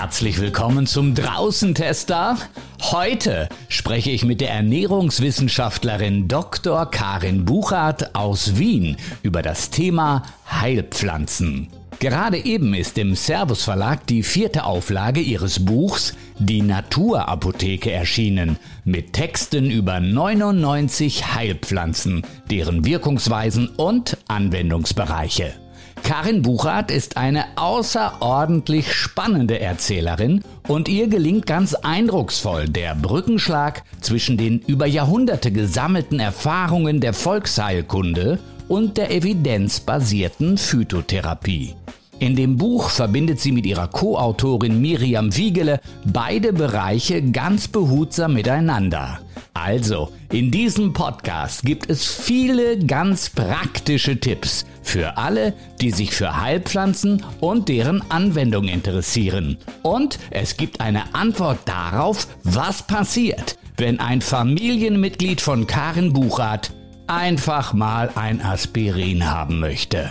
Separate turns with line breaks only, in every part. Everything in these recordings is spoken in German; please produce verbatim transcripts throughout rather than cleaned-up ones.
Herzlich willkommen zum Draußentester. Heute spreche ich mit der Ernährungswissenschaftlerin Doktor Karin Buchert aus Wien über das Thema Heilpflanzen. Gerade eben ist im Servus Verlag die vierte Auflage ihres Buchs Die Naturapotheke erschienen, mit Texten über neunundneunzig Heilpflanzen, deren Wirkungsweisen und Anwendungsbereiche. Karin Buchert ist eine außerordentlich spannende Erzählerin und ihr gelingt ganz eindrucksvoll der Brückenschlag zwischen den über Jahrhunderte gesammelten Erfahrungen der Volksheilkunde und der evidenzbasierten Phytotherapie. In dem Buch verbindet sie mit ihrer Co-Autorin Miriam Wiegele beide Bereiche ganz behutsam miteinander. Also, in diesem Podcast gibt es viele ganz praktische Tipps für alle, die sich für Heilpflanzen und deren Anwendung interessieren. Und es gibt eine Antwort darauf, was passiert, wenn ein Familienmitglied von Karin Buchert einfach mal ein Aspirin haben möchte.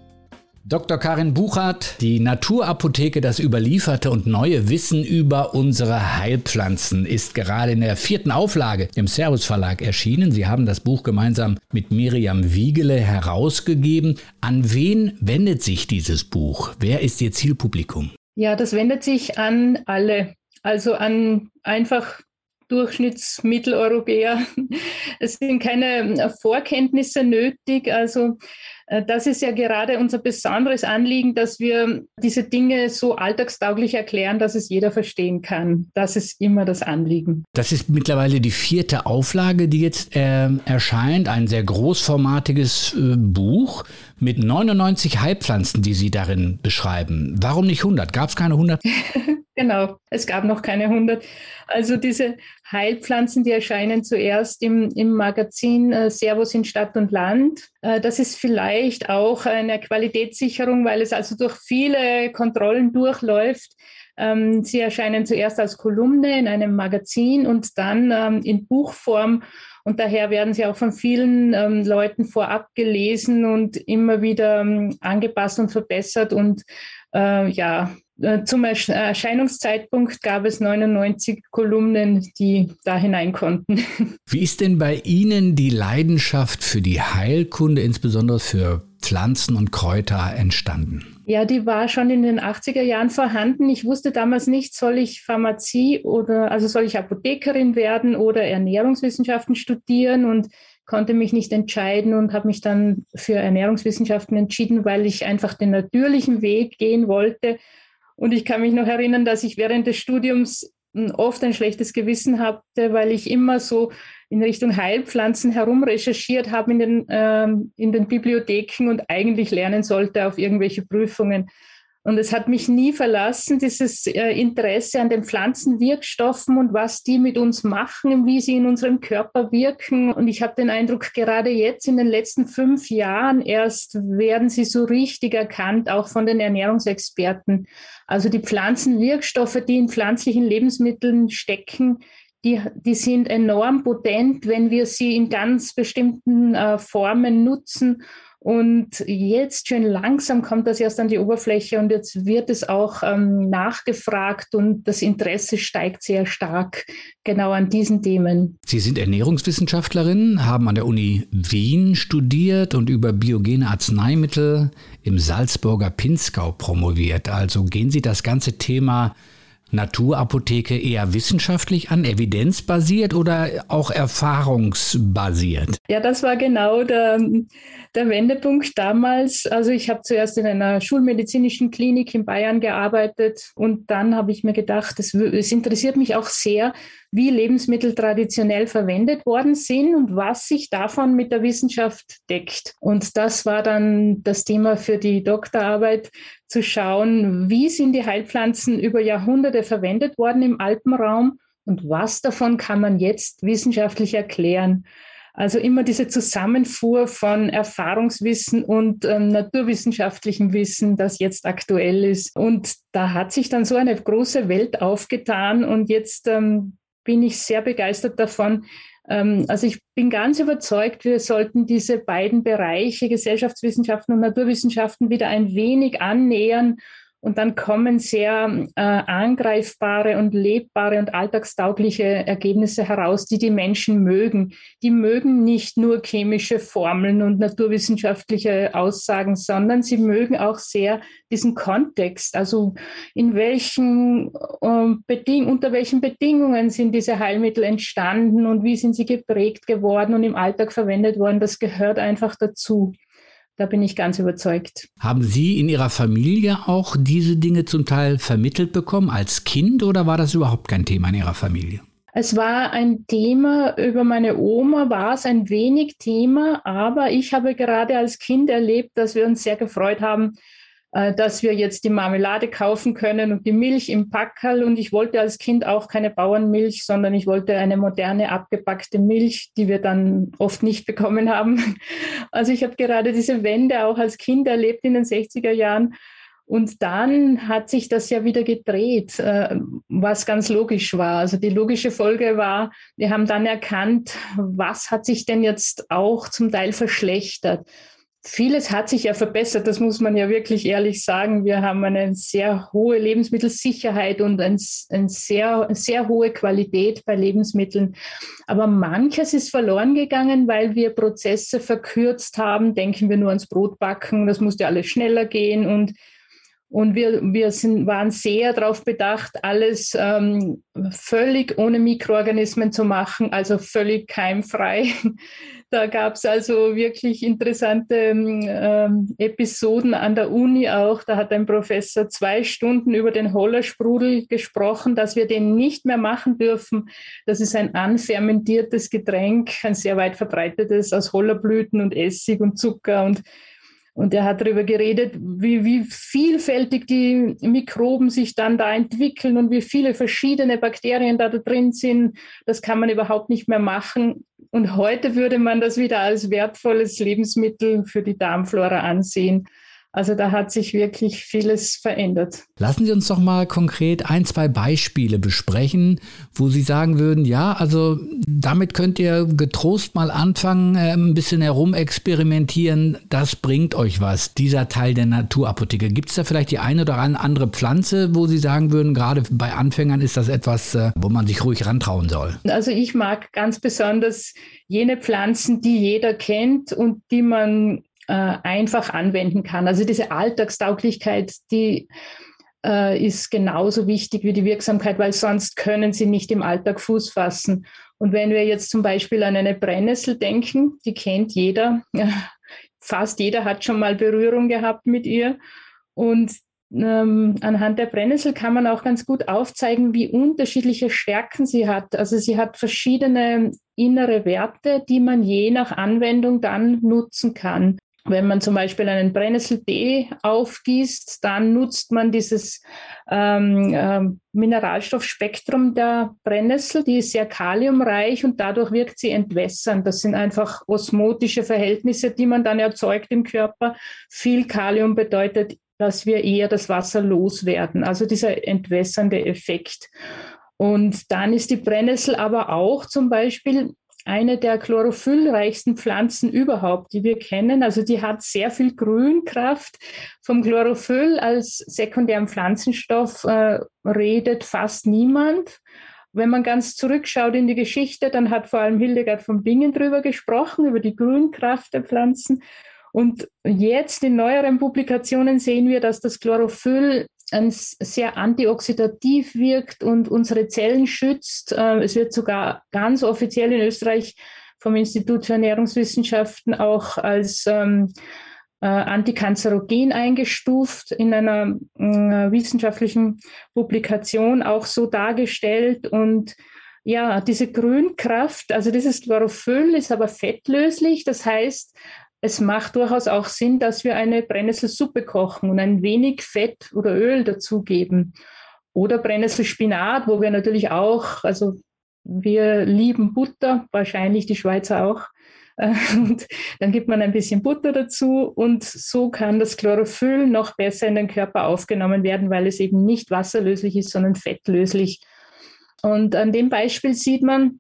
Doktor Karin Buchert, die Naturapotheke, das überlieferte und neue Wissen über unsere Heilpflanzen, ist gerade in der vierten Auflage im Servus Verlag erschienen. Sie haben das Buch gemeinsam mit Miriam Wiegele herausgegeben. An wen wendet sich dieses Buch? Wer ist Ihr Zielpublikum?
Ja, das wendet sich an alle, also an einfach Durchschnittsmitteleuropäer. Es sind keine Vorkenntnisse nötig, also das ist ja gerade unser besonderes Anliegen, dass wir diese Dinge so alltagstauglich erklären, dass es jeder verstehen kann. Das ist immer das Anliegen.
Das ist mittlerweile die vierte Auflage, die jetzt äh, erscheint. Ein sehr großformatiges äh, Buch mit neunundneunzig Heilpflanzen, die Sie darin beschreiben. Warum nicht hundert? Gab es keine hundert?
Genau, es gab noch keine hundert. Also diese Heilpflanzen, die erscheinen zuerst im, im Magazin äh, Servus in Stadt und Land. Äh, das ist vielleicht auch eine Qualitätssicherung, weil es also durch viele Kontrollen durchläuft. Ähm, sie erscheinen zuerst als Kolumne in einem Magazin und dann ähm, in Buchform. Und daher werden sie auch von vielen ähm, Leuten vorab gelesen und immer wieder ähm, angepasst und verbessert. Und äh, ja, äh, zum Ersch- Erscheinungszeitpunkt gab es neunundneunzig Kolumnen, die da hinein konnten.
Wie ist denn bei Ihnen die Leidenschaft für die Heilkunde, insbesondere für Pflanzen und Kräuter, entstanden?
Ja, die war schon in den achtziger Jahren vorhanden. Ich wusste damals nicht, soll ich Pharmazie oder, also soll ich Apothekerin werden oder Ernährungswissenschaften studieren, und konnte mich nicht entscheiden und habe mich dann für Ernährungswissenschaften entschieden, weil ich einfach den natürlichen Weg gehen wollte. Und ich kann mich noch erinnern, dass ich während des Studiums oft ein schlechtes Gewissen hatte, weil ich immer so in Richtung Heilpflanzen herumrecherchiert habe in den, ähm, in den Bibliotheken und eigentlich lernen sollte auf irgendwelche Prüfungen. Und es hat mich nie verlassen, dieses äh, Interesse an den Pflanzenwirkstoffen und was die mit uns machen, wie sie in unserem Körper wirken. Und ich habe den Eindruck, gerade jetzt in den letzten fünf Jahren erst werden sie so richtig erkannt, auch von den Ernährungsexperten. Also die Pflanzenwirkstoffe, die in pflanzlichen Lebensmitteln stecken, die, die sind enorm potent, wenn wir sie in ganz bestimmten äh, Formen nutzen. Und jetzt schön langsam kommt das erst an die Oberfläche und jetzt wird es auch ähm, nachgefragt und das Interesse steigt sehr stark genau an diesen Themen.
Sie sind Ernährungswissenschaftlerin, haben an der Uni Wien studiert und über biogene Arzneimittel im Salzburger Pinzgau promoviert. Also gehen Sie das ganze Thema Naturapotheke eher wissenschaftlich an, evidenzbasiert oder auch erfahrungsbasiert?
Ja, das war genau der, der Wendepunkt damals. Also ich habe zuerst in einer schulmedizinischen Klinik in Bayern gearbeitet und dann habe ich mir gedacht, es, es interessiert mich auch sehr, wie Lebensmittel traditionell verwendet worden sind und was sich davon mit der Wissenschaft deckt. Und das war dann das Thema für die Doktorarbeit, zu schauen, wie sind die Heilpflanzen über Jahrhunderte verwendet worden im Alpenraum und was davon kann man jetzt wissenschaftlich erklären. Also immer diese Zusammenfuhr von Erfahrungswissen und ähm, naturwissenschaftlichem Wissen, das jetzt aktuell ist. Und da hat sich dann so eine große Welt aufgetan und jetzt ähm, bin ich sehr begeistert davon. Ähm, also ich bin ganz überzeugt, wir sollten diese beiden Bereiche, Gesellschaftswissenschaften und Naturwissenschaften, wieder ein wenig annähern Und dann kommen sehr äh, angreifbare und lebbare und alltagstaugliche Ergebnisse heraus, die die Menschen mögen. Die mögen nicht nur chemische Formeln und naturwissenschaftliche Aussagen, sondern sie mögen auch sehr diesen Kontext. Also in welchen, äh, Beding- unter welchen Bedingungen sind diese Heilmittel entstanden und wie sind sie geprägt geworden und im Alltag verwendet worden. Das gehört einfach dazu. Da bin ich ganz überzeugt.
Haben Sie in Ihrer Familie auch diese Dinge zum Teil vermittelt bekommen als Kind oder war das überhaupt kein Thema in Ihrer Familie?
Es war ein Thema, über meine Oma war es ein wenig Thema, aber ich habe gerade als Kind erlebt, dass wir uns sehr gefreut haben, dass wir jetzt die Marmelade kaufen können und die Milch im Packerl. Und ich wollte als Kind auch keine Bauernmilch, sondern ich wollte eine moderne, abgepackte Milch, die wir dann oft nicht bekommen haben. Also ich habe gerade diese Wende auch als Kind erlebt in den sechziger Jahren. Und dann hat sich das ja wieder gedreht, was ganz logisch war. Also die logische Folge war, wir haben dann erkannt, was hat sich denn jetzt auch zum Teil verschlechtert. Vieles hat sich ja verbessert, das muss man ja wirklich ehrlich sagen. Wir haben eine sehr hohe Lebensmittelsicherheit und ein, ein sehr, sehr hohe Qualität bei Lebensmitteln. Aber manches ist verloren gegangen, weil wir Prozesse verkürzt haben. Denken wir nur ans Brotbacken, das musste alles schneller gehen. Und, und wir, wir sind, waren sehr darauf bedacht, alles ähm, völlig ohne Mikroorganismen zu machen, also völlig keimfrei. Da gab es also wirklich interessante ähm, Episoden an der Uni auch. Da hat ein Professor zwei Stunden über den Hollersprudel gesprochen, dass wir den nicht mehr machen dürfen. Das ist ein anfermentiertes Getränk, ein sehr weit verbreitetes aus Hollerblüten und Essig und Zucker. Und, und er hat darüber geredet, wie, wie vielfältig die Mikroben sich dann da entwickeln und wie viele verschiedene Bakterien da, da drin sind. Das kann man überhaupt nicht mehr machen. Und heute würde man das wieder als wertvolles Lebensmittel für die Darmflora ansehen. Also da hat sich wirklich vieles verändert.
Lassen Sie uns doch mal konkret ein, zwei Beispiele besprechen, wo Sie sagen würden, ja, also damit könnt ihr getrost mal anfangen, ein bisschen herumexperimentieren, das bringt euch was, dieser Teil der Naturapotheke. Gibt es da vielleicht die eine oder andere Pflanze, wo Sie sagen würden, gerade bei Anfängern ist das etwas, wo man sich ruhig rantrauen soll?
Also ich mag ganz besonders jene Pflanzen, die jeder kennt und die man einfach anwenden kann. Also diese Alltagstauglichkeit, die äh, ist genauso wichtig wie die Wirksamkeit, weil sonst können sie nicht im Alltag Fuß fassen. Und wenn wir jetzt zum Beispiel an eine Brennnessel denken, die kennt jeder, fast jeder hat schon mal Berührung gehabt mit ihr. Und ähm, anhand der Brennnessel kann man auch ganz gut aufzeigen, wie unterschiedliche Stärken sie hat. Also sie hat verschiedene innere Werte, die man je nach Anwendung dann nutzen kann. Wenn man zum Beispiel einen Brennnesseltee aufgießt, dann nutzt man dieses ähm, äh, Mineralstoffspektrum der Brennnessel, die ist sehr kaliumreich und dadurch wirkt sie entwässernd. Das sind einfach osmotische Verhältnisse, die man dann erzeugt im Körper. Viel Kalium bedeutet, dass wir eher das Wasser loswerden, also dieser entwässernde Effekt. Und dann ist die Brennnessel aber auch zum Beispiel eine der chlorophyllreichsten Pflanzen überhaupt, die wir kennen. Also die hat sehr viel Grünkraft. Vom Chlorophyll als sekundären Pflanzenstoff äh, redet fast niemand. Wenn man ganz zurückschaut in die Geschichte, dann hat vor allem Hildegard von Bingen drüber gesprochen, über die Grünkraft der Pflanzen. Und jetzt in neueren Publikationen sehen wir, dass das Chlorophyll ein sehr antioxidativ wirkt und unsere Zellen schützt. Es wird sogar ganz offiziell in Österreich vom Institut für Ernährungswissenschaften auch als ähm, äh, antikanzerogen eingestuft, in einer äh, wissenschaftlichen Publikation auch so dargestellt. Und ja, diese Grünkraft, also dieses Chlorophyll ist aber fettlöslich, das heißt, es macht durchaus auch Sinn, dass wir eine Brennnesselsuppe kochen und ein wenig Fett oder Öl dazugeben. Oder Brennnesselspinat, wo wir natürlich auch, also wir lieben Butter, wahrscheinlich die Schweizer auch. Und dann gibt man ein bisschen Butter dazu und so kann das Chlorophyll noch besser in den Körper aufgenommen werden, weil es eben nicht wasserlöslich ist, sondern fettlöslich. Und an dem Beispiel sieht man,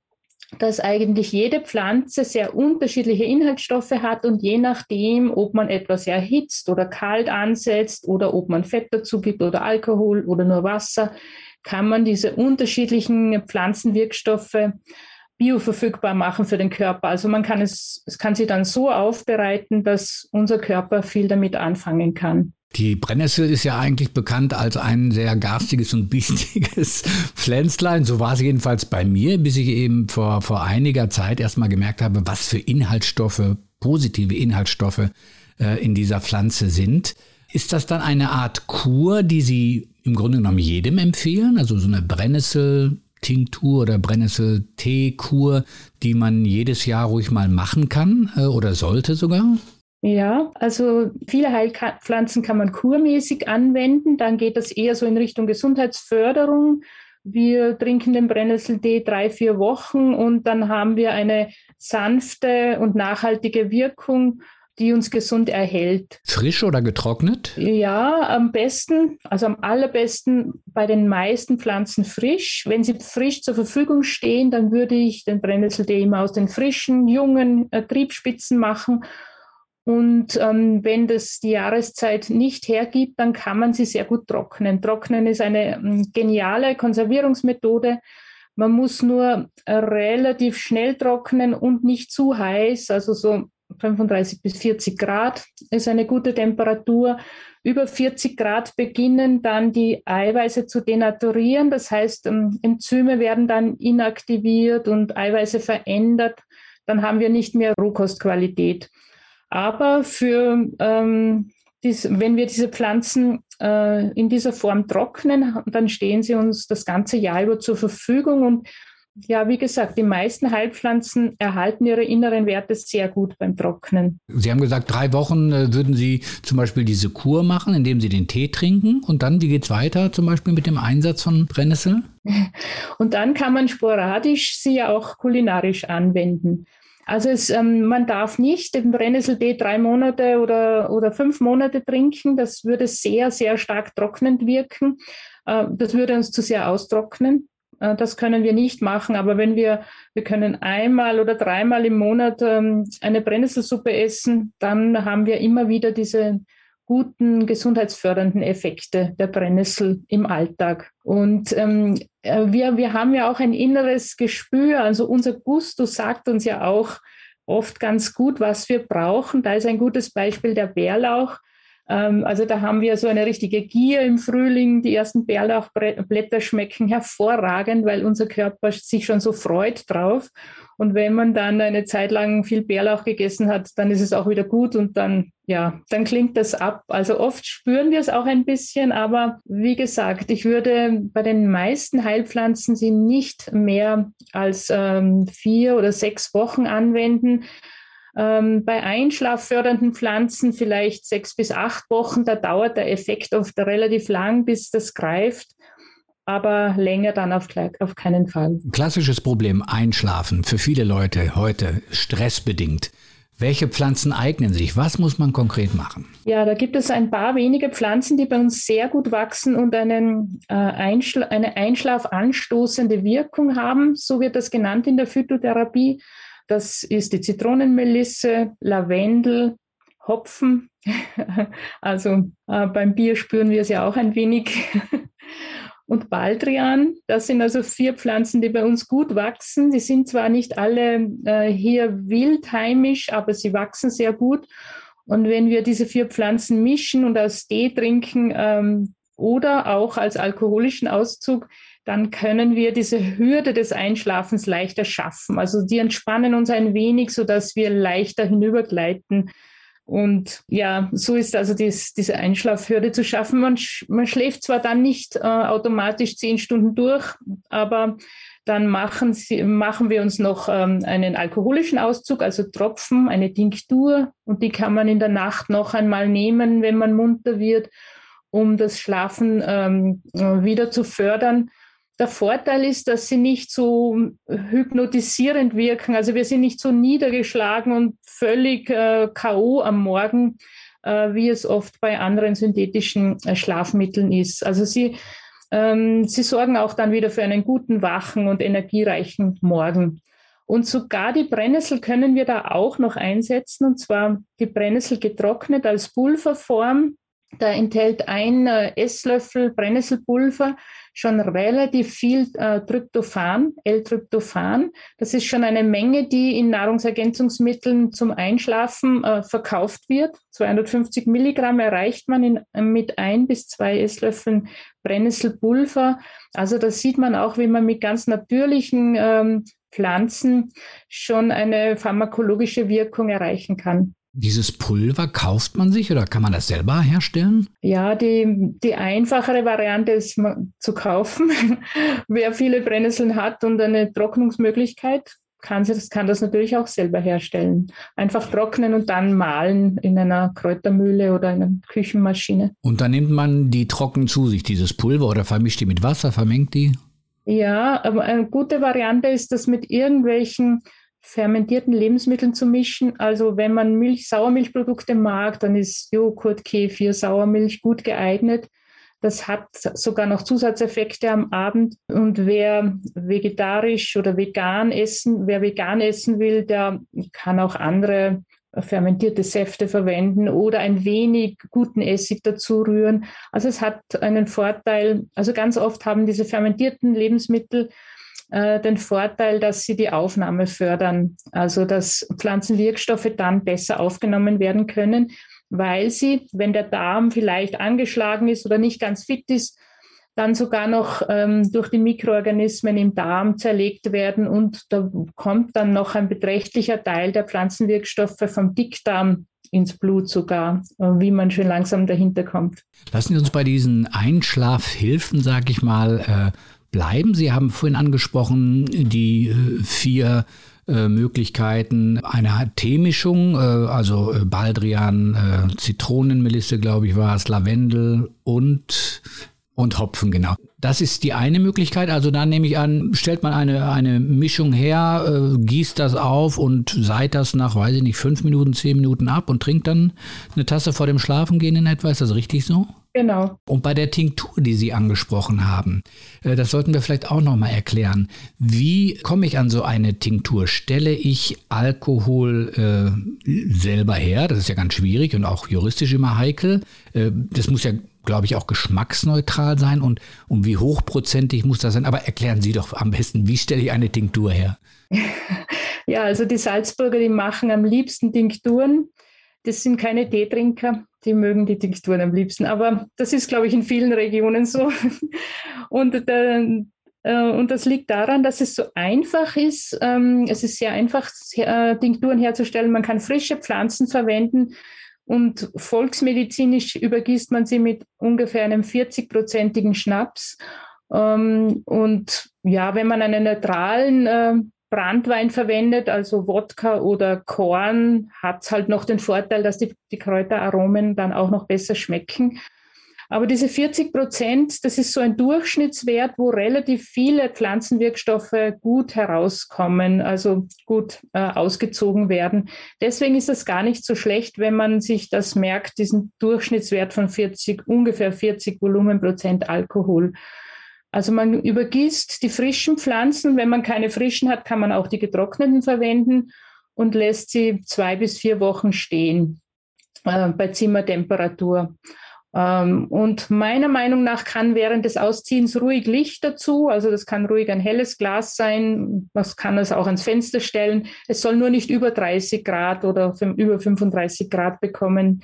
dass eigentlich jede Pflanze sehr unterschiedliche Inhaltsstoffe hat und je nachdem, ob man etwas erhitzt oder kalt ansetzt oder ob man Fett dazu gibt oder Alkohol oder nur Wasser, kann man diese unterschiedlichen Pflanzenwirkstoffe bioverfügbar machen für den Körper. Also man kann es, es kann sie dann so aufbereiten, dass unser Körper viel damit anfangen kann.
Die Brennnessel ist ja eigentlich bekannt als ein sehr garstiges und biestiges Pflänzlein. So war es jedenfalls bei mir, bis ich eben vor, vor einiger Zeit erst mal gemerkt habe, was für Inhaltsstoffe, positive Inhaltsstoffe äh, in dieser Pflanze sind. Ist das dann eine Art Kur, die Sie im Grunde genommen jedem empfehlen? Also so eine Brennnessel-Tinktur oder Brennnessel-Tee-Kur, die man jedes Jahr ruhig mal machen kann äh, oder sollte sogar?
Ja, also viele Heilpflanzen kann man kurmäßig anwenden. Dann geht das eher so in Richtung Gesundheitsförderung. Wir trinken den Brennnesseltee drei, vier Wochen und dann haben wir eine sanfte und nachhaltige Wirkung, die uns gesund erhält.
Frisch oder getrocknet?
Ja, am besten, also am allerbesten bei den meisten Pflanzen frisch. Wenn sie frisch zur Verfügung stehen, dann würde ich den Brennnesseltee immer aus den frischen, jungen äh, Triebspitzen machen. Und ähm, wenn das die Jahreszeit nicht hergibt, dann kann man sie sehr gut trocknen. Trocknen ist eine ähm, geniale Konservierungsmethode. Man muss nur äh, relativ schnell trocknen und nicht zu heiß, also so fünfunddreißig bis vierzig Grad ist eine gute Temperatur. Über vierzig Grad beginnen dann die Eiweiße zu denaturieren. Das heißt, ähm, Enzyme werden dann inaktiviert und Eiweiße verändert. Dann haben wir nicht mehr Rohkostqualität. Aber für, ähm, dies, wenn wir diese Pflanzen äh, in dieser Form trocknen, dann stehen sie uns das ganze Jahr über zur Verfügung. Und ja, wie gesagt, die meisten Heilpflanzen erhalten ihre inneren Werte sehr gut beim Trocknen.
Sie haben gesagt, drei Wochen äh, würden Sie zum Beispiel diese Kur machen, indem Sie den Tee trinken. Und dann, wie geht's weiter, zum Beispiel mit dem Einsatz von Brennnessel?
Und dann kann man sporadisch sie ja auch kulinarisch anwenden. Also es, ähm, man darf nicht den Brennnesseltee drei Monate oder, oder fünf Monate trinken. Das würde sehr, sehr stark trocknend wirken. Äh, das würde uns zu sehr austrocknen. Äh, das können wir nicht machen. Aber wenn wir, wir können einmal oder dreimal im Monat ähm, eine Brennnesselsuppe essen, dann haben wir immer wieder diese guten gesundheitsfördernden Effekte der Brennnessel im Alltag. Und ähm, wir, wir haben ja auch ein inneres Gespür, also unser Gustus sagt uns ja auch oft ganz gut, was wir brauchen. Da ist ein gutes Beispiel der Bärlauch. Ähm, also da haben wir so eine richtige Gier im Frühling. Die ersten Bärlauchblätter schmecken hervorragend, weil unser Körper sich schon so freut drauf. Und wenn man dann eine Zeit lang viel Bärlauch gegessen hat, dann ist es auch wieder gut und dann, ja, dann klingt das ab. Also oft spüren wir es auch ein bisschen, aber wie gesagt, ich würde bei den meisten Heilpflanzen sie nicht mehr als ähm, vier oder sechs Wochen anwenden. Ähm, bei einschlaffördernden Pflanzen vielleicht sechs bis acht Wochen, da dauert der Effekt oft relativ lang, bis das greift. Aber länger dann auf, auf keinen Fall.
Klassisches Problem, Einschlafen, für viele Leute heute stressbedingt. Welche Pflanzen eignen sich? Was muss man konkret machen?
Ja, da gibt es ein paar wenige Pflanzen, die bei uns sehr gut wachsen und einen, äh, Einschla- eine einschlafanstoßende Wirkung haben. So wird das genannt in der Phytotherapie. Das ist die Zitronenmelisse, Lavendel, Hopfen. Also äh, beim Bier spüren wir es ja auch ein wenig. Und Baldrian, das sind also vier Pflanzen, die bei uns gut wachsen. Die sind zwar nicht alle äh, hier wildheimisch, aber sie wachsen sehr gut. Und wenn wir diese vier Pflanzen mischen und als Tee trinken ähm, oder auch als alkoholischen Auszug, dann können wir diese Hürde des Einschlafens leichter schaffen. Also die entspannen uns ein wenig, sodass wir leichter hinübergleiten. Und ja, so ist also dies, diese Einschlafhürde zu schaffen. Man, sch- man schläft zwar dann nicht äh, automatisch zehn Stunden durch, aber dann machen, sie, machen wir uns noch ähm, einen alkoholischen Auszug, also Tropfen, eine Tinktur. Und die kann man in der Nacht noch einmal nehmen, wenn man munter wird, um das Schlafen ähm, wieder zu fördern. Der Vorteil ist, dass sie nicht so hypnotisierend wirken. Also wir sind nicht so niedergeschlagen und völlig äh, K O am Morgen, äh, wie es oft bei anderen synthetischen äh, Schlafmitteln ist. Also sie, ähm, sie sorgen auch dann wieder für einen guten, wachen und energiereichen Morgen. Und sogar die Brennnessel können wir da auch noch einsetzen, und zwar die Brennnessel getrocknet als Pulverform. Da enthält ein äh, Esslöffel Brennnesselpulver schon relativ viel äh, Tryptophan, L-Tryptophan. Das ist schon eine Menge, die in Nahrungsergänzungsmitteln zum Einschlafen äh, verkauft wird. zweihundertfünfzig Milligramm erreicht man in, äh, mit ein bis zwei Esslöffeln Brennnesselpulver. Also da sieht man auch, wie man mit ganz natürlichen ähm, Pflanzen schon eine pharmakologische Wirkung erreichen kann.
Dieses Pulver kauft man sich oder kann man das selber herstellen?
Ja, die, die einfachere Variante ist zu kaufen. Wer viele Brennnesseln hat und eine Trocknungsmöglichkeit, kann, das, kann das natürlich auch selber herstellen. Einfach trocknen und dann mahlen in einer Kräutermühle oder in einer Küchenmaschine.
Und dann nimmt man die trocken zu sich, dieses Pulver, oder vermischt die mit Wasser, vermengt die?
Ja, aber eine gute Variante ist, das mit irgendwelchen fermentierten Lebensmitteln zu mischen. Also wenn man Milch, Sauermilchprodukte mag, dann ist Joghurt, Kefir, Sauermilch gut geeignet. Das hat sogar noch Zusatzeffekte am Abend. Und wer vegetarisch oder vegan essen, wer vegan essen will, der kann auch andere fermentierte Säfte verwenden oder ein wenig guten Essig dazu rühren. Also es hat einen Vorteil. Also ganz oft haben diese fermentierten Lebensmittel den Vorteil, dass sie die Aufnahme fördern, also dass Pflanzenwirkstoffe dann besser aufgenommen werden können, weil sie, wenn der Darm vielleicht angeschlagen ist oder nicht ganz fit ist, dann sogar noch ähm, durch die Mikroorganismen im Darm zerlegt werden und da kommt dann noch ein beträchtlicher Teil der Pflanzenwirkstoffe vom Dickdarm ins Blut sogar, wie man schön langsam dahinter kommt.
Lassen Sie uns bei diesen Einschlafhilfen, sag ich mal, äh, bleiben. Sie haben vorhin angesprochen, die äh, vier äh, Möglichkeiten einer Teemischung, äh, also äh, Baldrian, äh, Zitronenmelisse, glaube ich, war es, Lavendel und, und Hopfen, genau. Das ist die eine Möglichkeit. Also da nehme ich an, stellt man eine, eine Mischung her, äh, gießt das auf und seit das nach, weiß ich nicht, fünf Minuten, zehn Minuten ab und trinkt dann eine Tasse vor dem Schlafengehen in etwa. Ist das richtig so?
Genau.
Und bei der Tinktur, die Sie angesprochen haben, äh, das sollten wir vielleicht auch nochmal erklären. Wie komme ich an so eine Tinktur? Stelle ich Alkohol äh, selber her? Das ist ja ganz schwierig und auch juristisch immer heikel. Äh, das muss ja, glaube ich, auch geschmacksneutral sein. Und, und wie hochprozentig muss das sein? Aber erklären Sie doch am besten, wie stelle ich eine Tinktur her?
Ja, also die Salzburger, die machen am liebsten Tinkturen. Das sind keine Teetrinker, die mögen die Tinkturen am liebsten. Aber das ist, glaube ich, in vielen Regionen so. Und, äh, und das liegt daran, dass es so einfach ist. Ähm, es ist sehr einfach, äh, Tinkturen herzustellen. Man kann frische Pflanzen verwenden und volksmedizinisch übergießt man sie mit ungefähr einem vierzig-prozentigen Schnaps. Ähm, und ja, wenn man einen neutralen äh, Brandwein verwendet, also Wodka oder Korn, hat es halt noch den Vorteil, dass die, die Kräuteraromen dann auch noch besser schmecken. Aber diese vierzig Prozent, das ist so ein Durchschnittswert, wo relativ viele Pflanzenwirkstoffe gut herauskommen, also gut äh, ausgezogen werden. Deswegen ist das gar nicht so schlecht, wenn man sich das merkt, diesen Durchschnittswert von vierzig, ungefähr vierzig Volumenprozent Alkohol. Also man übergießt die frischen Pflanzen. Wenn man keine frischen hat, kann man auch die getrockneten verwenden und lässt sie zwei bis vier Wochen stehen äh, bei Zimmertemperatur. Ähm, und meiner Meinung nach kann während des Ausziehens ruhig Licht dazu. Also das kann ruhig ein helles Glas sein. Man kann es auch ans Fenster stellen. Es soll nur nicht über dreißig Grad oder über fünfunddreißig Grad bekommen.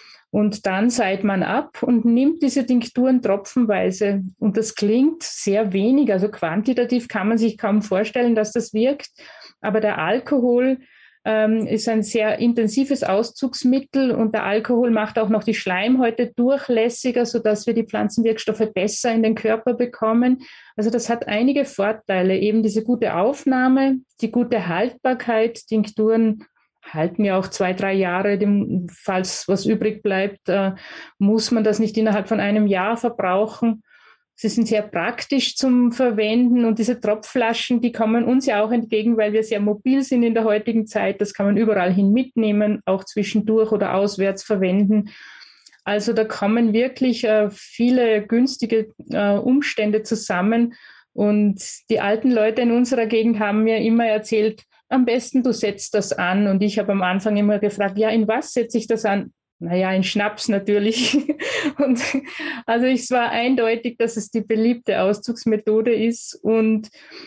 Und dann seiht man ab und nimmt diese Tinkturen tropfenweise. Und das klingt sehr wenig, also quantitativ kann man sich kaum vorstellen, dass das wirkt. Aber der Alkohol ähm, ist ein sehr intensives Auszugsmittel und der Alkohol macht auch noch die Schleimhäute durchlässiger, sodass wir die Pflanzenwirkstoffe besser in den Körper bekommen. Also das hat einige Vorteile, eben diese gute Aufnahme, die gute Haltbarkeit. Tinkturen halten ja auch zwei, drei Jahre, dem, falls was übrig bleibt, äh, muss man das nicht innerhalb von einem Jahr verbrauchen. Sie sind sehr praktisch zum Verwenden und diese Tropfflaschen, die kommen uns ja auch entgegen, weil wir sehr mobil sind in der heutigen Zeit. Das kann man überall hin mitnehmen, auch zwischendurch oder auswärts verwenden. Also da kommen wirklich äh, viele günstige äh, Umstände zusammen, Und die alten Leute in unserer Gegend haben mir immer erzählt, am besten du setzt das an. Und ich habe am Anfang immer gefragt, ja, in was setze ich das an? Naja, in Schnaps natürlich. Und also es war eindeutig, dass es die beliebte Auszugsmethode ist. Und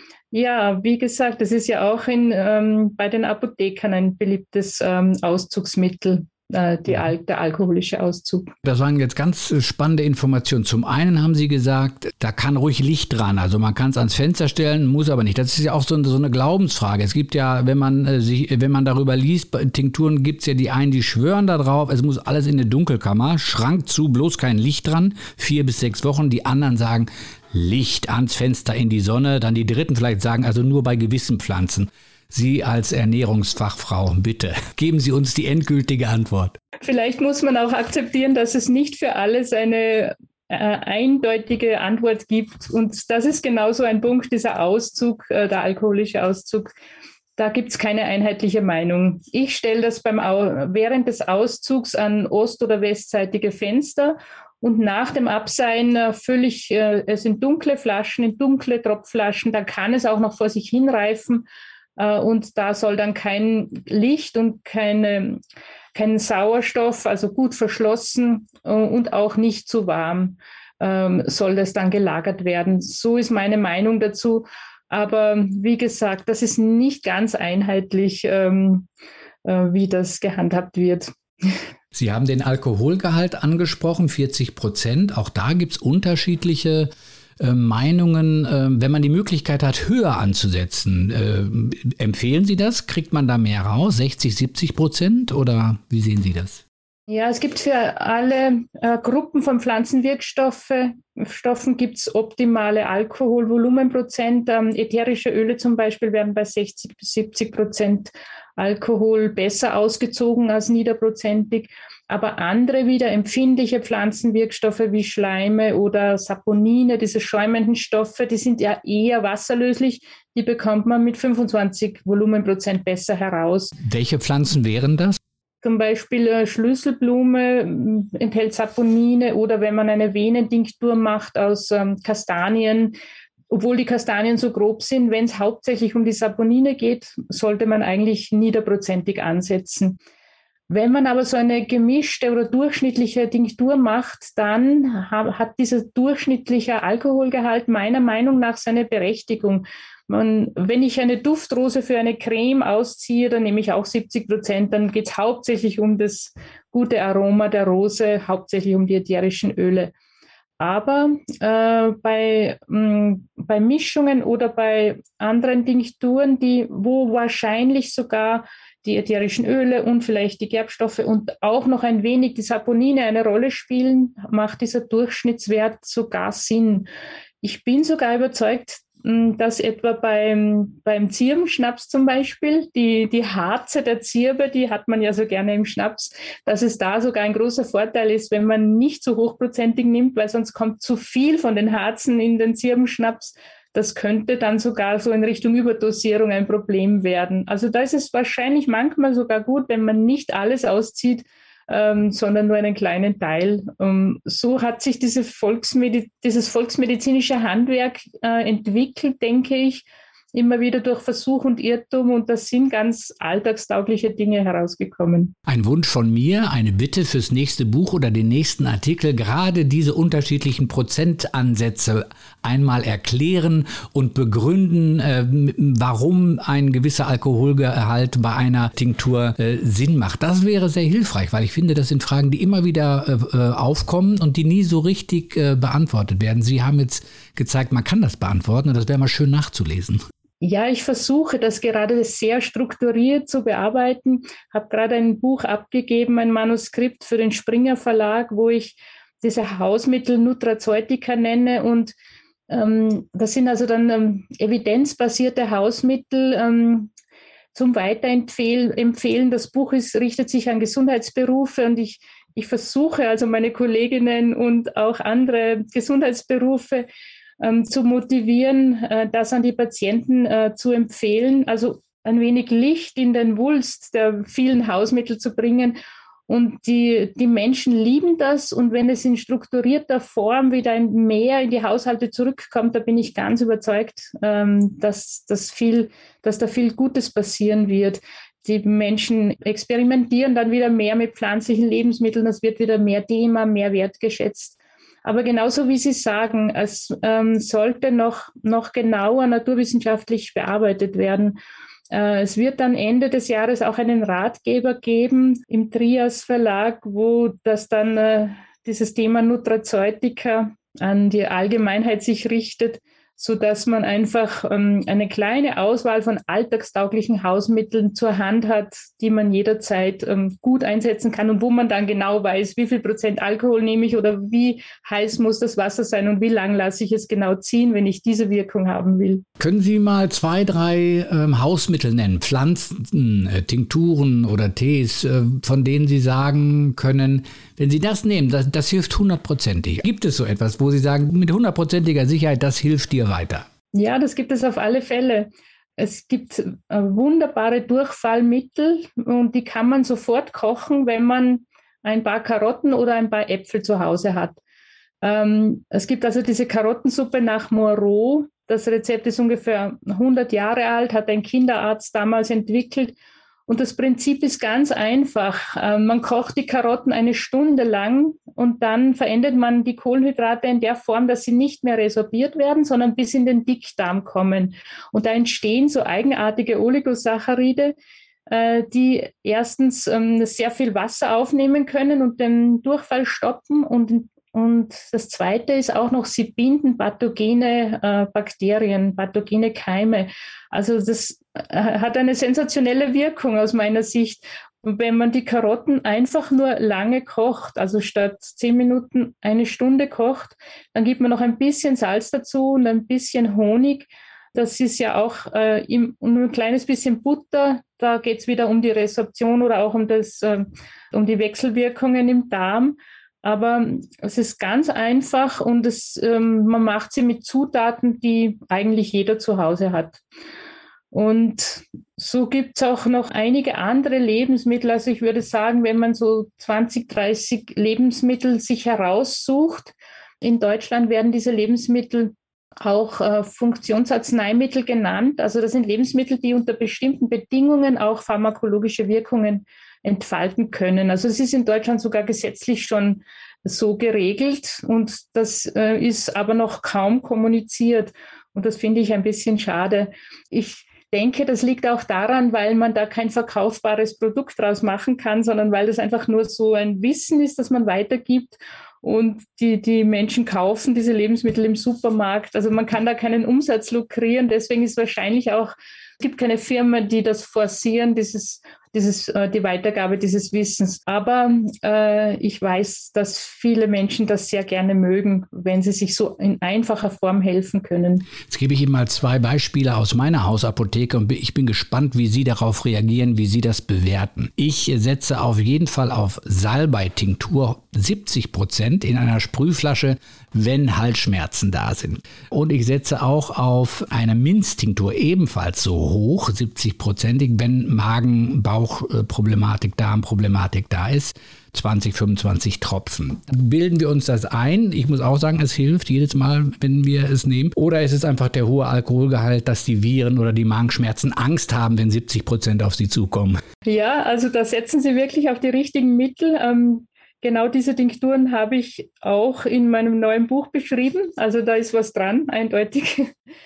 ja, wie gesagt, das ist ja auch in, ähm, bei den Apothekern ein beliebtes ähm, Auszugsmittel. Die Al- der alkoholische Auszug.
Das waren jetzt ganz spannende Informationen. Zum einen haben Sie gesagt, da kann ruhig Licht dran. Also man kann es ans Fenster stellen, muss aber nicht. Das ist ja auch so eine, so eine Glaubensfrage. Es gibt ja, wenn man äh, sich, wenn man darüber liest, bei Tinkturen gibt es ja die einen, die schwören da drauf, es muss alles in eine Dunkelkammer, Schrank zu, bloß kein Licht dran, vier bis sechs Wochen. Die anderen sagen, Licht ans Fenster in die Sonne. Dann die dritten vielleicht sagen, also nur bei gewissen Pflanzen. Sie als Ernährungsfachfrau, bitte, geben Sie uns die endgültige Antwort.
Vielleicht muss man auch akzeptieren, dass es nicht für alles eine äh, eindeutige Antwort gibt. Und das ist genauso ein Punkt, dieser Auszug, äh, der alkoholische Auszug. Da gibt es keine einheitliche Meinung. Ich stelle das beim Au- während des Auszugs an ost- oder westseitige Fenster. Und nach dem Abseihen äh, fülle ich äh, es in dunkle Flaschen, in dunkle Tropfflaschen. Da kann es auch noch vor sich hinreifen. Und da soll dann kein Licht und keine, kein Sauerstoff, also gut verschlossen und auch nicht zu warm, ähm, soll das dann gelagert werden. So ist meine Meinung dazu. Aber wie gesagt, das ist nicht ganz einheitlich, ähm, äh, wie das gehandhabt wird.
Sie haben den Alkoholgehalt angesprochen, vierzig Prozent. Auch da gibt es unterschiedliche äh, Meinungen. Äh, wenn man die Möglichkeit hat, höher anzusetzen, äh, empfehlen Sie das? Kriegt man da mehr raus? sechzig, siebzig Prozent? Oder wie sehen Sie das?
Ja, es gibt für alle äh, Gruppen von Pflanzenwirkstoffen gibt es optimale Alkoholvolumenprozent. Ähm, ätherische Öle zum Beispiel werden bei sechzig bis siebzig Prozent Alkohol besser ausgezogen als niederprozentig. Aber andere wieder empfindliche Pflanzenwirkstoffe wie Schleime oder Saponine, diese schäumenden Stoffe, die sind ja eher wasserlöslich. Die bekommt man mit fünfundzwanzig Volumenprozent besser heraus.
Welche Pflanzen wären das?
Zum Beispiel äh, Schlüsselblume äh, enthält Saponine oder wenn man eine Venentinktur macht aus ähm, Kastanien, obwohl die Kastanien so grob sind, wenn es hauptsächlich um die Saponine geht, sollte man eigentlich niederprozentig ansetzen. Wenn man aber so eine gemischte oder durchschnittliche Tinktur macht, dann ha- hat dieser durchschnittliche Alkoholgehalt meiner Meinung nach seine Berechtigung. Man, wenn ich eine Duftrose für eine Creme ausziehe, dann nehme ich auch siebzig Prozent. Dann geht es hauptsächlich um das gute Aroma der Rose, hauptsächlich um die ätherischen Öle. Aber äh, bei, mh, bei Mischungen oder bei anderen Tinkturen, die, wo wahrscheinlich sogar die ätherischen Öle und vielleicht die Gerbstoffe und auch noch ein wenig die Saponine eine Rolle spielen, macht dieser Durchschnittswert sogar Sinn. Ich bin sogar überzeugt, dass etwa beim, beim Zirbenschnaps zum Beispiel, die, die Harze der Zirbe, die hat man ja so gerne im Schnaps, dass es da sogar ein großer Vorteil ist, wenn man nicht so hochprozentig nimmt, weil sonst kommt zu viel von den Harzen in den Zirbenschnaps. Das könnte dann sogar so in Richtung Überdosierung ein Problem werden. Also da ist es wahrscheinlich manchmal sogar gut, wenn man nicht alles auszieht, ähm, sondern nur einen kleinen Teil. Ähm, so hat sich diese Volksmedi- dieses volksmedizinische Handwerk äh, entwickelt, denke ich, immer wieder durch Versuch und Irrtum und da sind ganz alltagstaugliche Dinge herausgekommen.
Ein Wunsch von mir, eine Bitte fürs nächste Buch oder den nächsten Artikel, gerade diese unterschiedlichen Prozentansätze einmal erklären und begründen, äh, warum ein gewisser Alkoholgehalt bei einer Tinktur äh, Sinn macht. Das wäre sehr hilfreich, weil ich finde, das sind Fragen, die immer wieder äh, aufkommen und die nie so richtig äh, beantwortet werden. Sie haben jetzt gezeigt, man kann das beantworten und das wäre mal schön nachzulesen.
Ja, ich versuche das gerade sehr strukturiert zu bearbeiten. Habe gerade ein Buch abgegeben, ein Manuskript für den Springer Verlag, wo ich diese Hausmittel Nutraceutica nenne. Und ähm, das sind also dann ähm, evidenzbasierte Hausmittel ähm, zum Weiterempfehlen. Das Buch ist, richtet sich an Gesundheitsberufe und ich, ich versuche also meine Kolleginnen und auch andere Gesundheitsberufe Ähm, zu motivieren, äh, das an die Patienten äh, zu empfehlen, also ein wenig Licht in den Wulst der vielen Hausmittel zu bringen Und die, die Menschen lieben das. Und wenn es in strukturierter Form wieder ein mehr in die Haushalte zurückkommt, da bin ich ganz überzeugt, ähm, dass, dass, viel, dass da viel Gutes passieren wird. Die Menschen experimentieren dann wieder mehr mit pflanzlichen Lebensmitteln. Das wird wieder mehr Thema, mehr wertgeschätzt. Aber genauso wie Sie sagen, es ähm, sollte noch, noch genauer naturwissenschaftlich bearbeitet werden. Es wird dann Ende des Jahres auch einen Ratgeber geben im Trias Verlag, wo das dann äh, dieses Thema Nutraceutica an die Allgemeinheit sich richtet, sodass man einfach ähm, eine kleine Auswahl von alltagstauglichen Hausmitteln zur Hand hat, die man jederzeit ähm, gut einsetzen kann und wo man dann genau weiß, wie viel Prozent Alkohol nehme ich oder wie heiß muss das Wasser sein und wie lang lasse ich es genau ziehen, wenn ich diese Wirkung haben will.
Können Sie mal zwei, drei ähm, Hausmittel nennen, Pflanzen, äh, Tinkturen oder Tees, äh, von denen Sie sagen können, wenn Sie das nehmen, das, das hilft hundertprozentig. Gibt es so etwas, wo Sie sagen, mit hundertprozentiger Sicherheit, das hilft dir weiter?
Ja, das gibt es auf alle Fälle. Es gibt äh, wunderbare Durchfallmittel und die kann man sofort kochen, wenn man ein paar Karotten oder ein paar Äpfel zu Hause hat. Ähm, es gibt also diese Karottensuppe nach Moreau. Das Rezept ist ungefähr hundert Jahre alt, hat ein Kinderarzt damals entwickelt. Und das Prinzip ist ganz einfach. Man kocht die Karotten eine Stunde lang und dann verändert man die Kohlenhydrate in der Form, dass sie nicht mehr resorbiert werden, sondern bis in den Dickdarm kommen. Und da entstehen so eigenartige Oligosaccharide, die erstens sehr viel Wasser aufnehmen können und den Durchfall stoppen. Und, und das Zweite ist auch noch, sie binden pathogene Bakterien, pathogene Keime. Also das hat eine sensationelle Wirkung aus meiner Sicht. Wenn man die Karotten einfach nur lange kocht, also statt zehn Minuten eine Stunde kocht, dann gibt man noch ein bisschen Salz dazu und ein bisschen Honig. Das ist ja auch äh, im, und ein kleines bisschen Butter. Da geht es wieder um die Resorption oder auch um, das, äh, um die Wechselwirkungen im Darm. Aber es ist ganz einfach und es, ähm, man macht sie mit Zutaten, die eigentlich jeder zu Hause hat. Und so gibt es auch noch einige andere Lebensmittel. Also ich würde sagen, wenn man so zwanzig, dreißig Lebensmittel sich heraussucht, in Deutschland werden diese Lebensmittel auch äh, Funktionsarzneimittel genannt. Also das sind Lebensmittel, die unter bestimmten Bedingungen auch pharmakologische Wirkungen entfalten können. Also es ist in Deutschland sogar gesetzlich schon so geregelt und das äh, ist aber noch kaum kommuniziert. Und das finde ich ein bisschen schade. Ich denke, das liegt auch daran, weil man da kein verkaufbares Produkt draus machen kann, sondern weil das einfach nur so ein Wissen ist, das man weitergibt. Und die, die Menschen kaufen diese Lebensmittel im Supermarkt. Also man kann da keinen Umsatz lukrieren. Deswegen ist wahrscheinlich auch, es gibt keine Firmen, die das forcieren, dieses, dieses, äh, die Weitergabe dieses Wissens. Aber äh, ich weiß, dass viele Menschen das sehr gerne mögen, wenn sie sich so in einfacher Form helfen können.
Jetzt gebe ich Ihnen mal zwei Beispiele aus meiner Hausapotheke und ich bin gespannt, wie Sie darauf reagieren, wie Sie das bewerten. Ich setze auf jeden Fall auf Salbei-Tinktur siebzig Prozent in einer Sprühflasche, wenn Halsschmerzen da sind. Und ich setze auch auf eine Minztinktur ebenfalls so hoch, siebzig-prozentig, wenn Magen-Bauch-Problematik, Darmproblematik da ist. zwanzig, fünfundzwanzig Tropfen. Bilden wir uns das ein? Ich muss auch sagen, es hilft jedes Mal, wenn wir es nehmen. Oder ist es einfach der hohe Alkoholgehalt, dass die Viren oder die Magenschmerzen Angst haben, wenn siebzig Prozent auf sie zukommen?
Ja, also da setzen Sie wirklich auf die richtigen Mittel. Ähm Genau diese Tinkturen habe ich auch in meinem neuen Buch beschrieben. Also da ist was dran, eindeutig.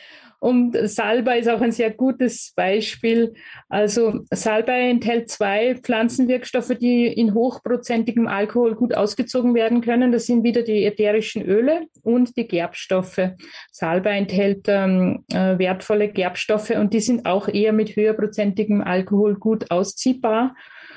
Und Salbei ist auch ein sehr gutes Beispiel. Also Salbei enthält zwei Pflanzenwirkstoffe, die in hochprozentigem Alkohol gut ausgezogen werden können. Das sind wieder die ätherischen Öle und die Gerbstoffe. Salbei enthält ähm, äh, wertvolle Gerbstoffe und die sind auch eher mit höherprozentigem Alkohol gut ausziehbar.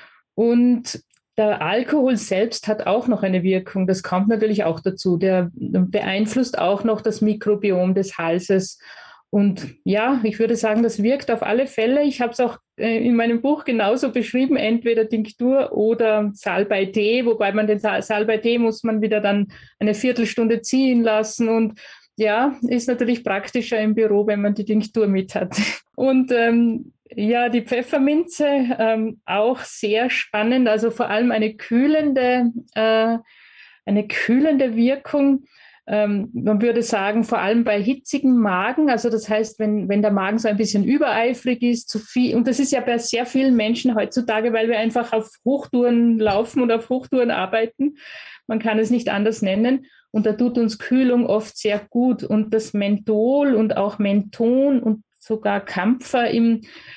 Und der Alkohol selbst hat auch noch eine Wirkung. Das kommt natürlich auch dazu. Der beeinflusst auch noch das Mikrobiom des Halses. Und ja, ich würde sagen, das wirkt auf alle Fälle. Ich habe es auch äh, in meinem Buch genauso beschrieben, entweder Tinktur oder Salbei-Tee, wobei man den Salbei-Tee muss man wieder dann eine Viertelstunde ziehen lassen und ja, ist natürlich praktischer im Büro, wenn man die Tinktur mit hat. Und ähm, Ja, die Pfefferminze ähm, auch sehr spannend, also vor allem eine kühlende, äh, eine kühlende Wirkung. Ähm, man würde sagen, vor allem bei hitzigem Magen, also das heißt, wenn, wenn der Magen so ein bisschen übereifrig ist, zu viel, und das ist ja bei sehr vielen Menschen heutzutage, weil wir einfach auf Hochtouren laufen und auf Hochtouren arbeiten. Man kann es nicht anders nennen. Und da tut uns Kühlung oft sehr gut. Und das Menthol und auch Menthon und sogar Kampfer im,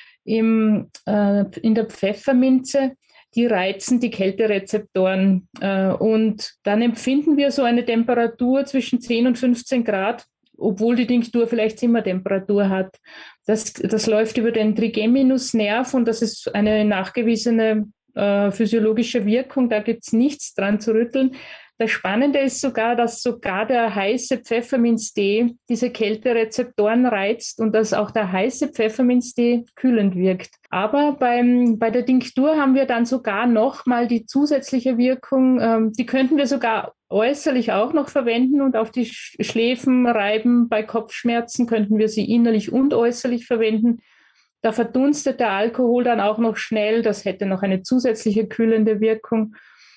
im, äh, in der Pfefferminze, die reizen die Kälterezeptoren. Äh, und dann empfinden wir so eine Temperatur zwischen zehn und fünfzehn Grad, obwohl die Tinktur vielleicht Zimmertemperatur hat. Das, das läuft über den Trigeminusnerv und das ist eine nachgewiesene äh, physiologische Wirkung. Da gibt es nichts dran zu rütteln. Das Spannende ist sogar, dass sogar der heiße Pfefferminztee diese Kälterezeptoren reizt und dass auch der heiße Pfefferminztee kühlend wirkt. Aber beim, bei der Tinktur haben wir dann sogar nochmal die zusätzliche Wirkung, ähm, die könnten wir sogar äußerlich auch noch verwenden und auf die Schläfen reiben. Bei Kopfschmerzen könnten wir sie innerlich und äußerlich verwenden. Da verdunstet der Alkohol dann auch noch schnell. Das hätte noch eine zusätzliche kühlende Wirkung.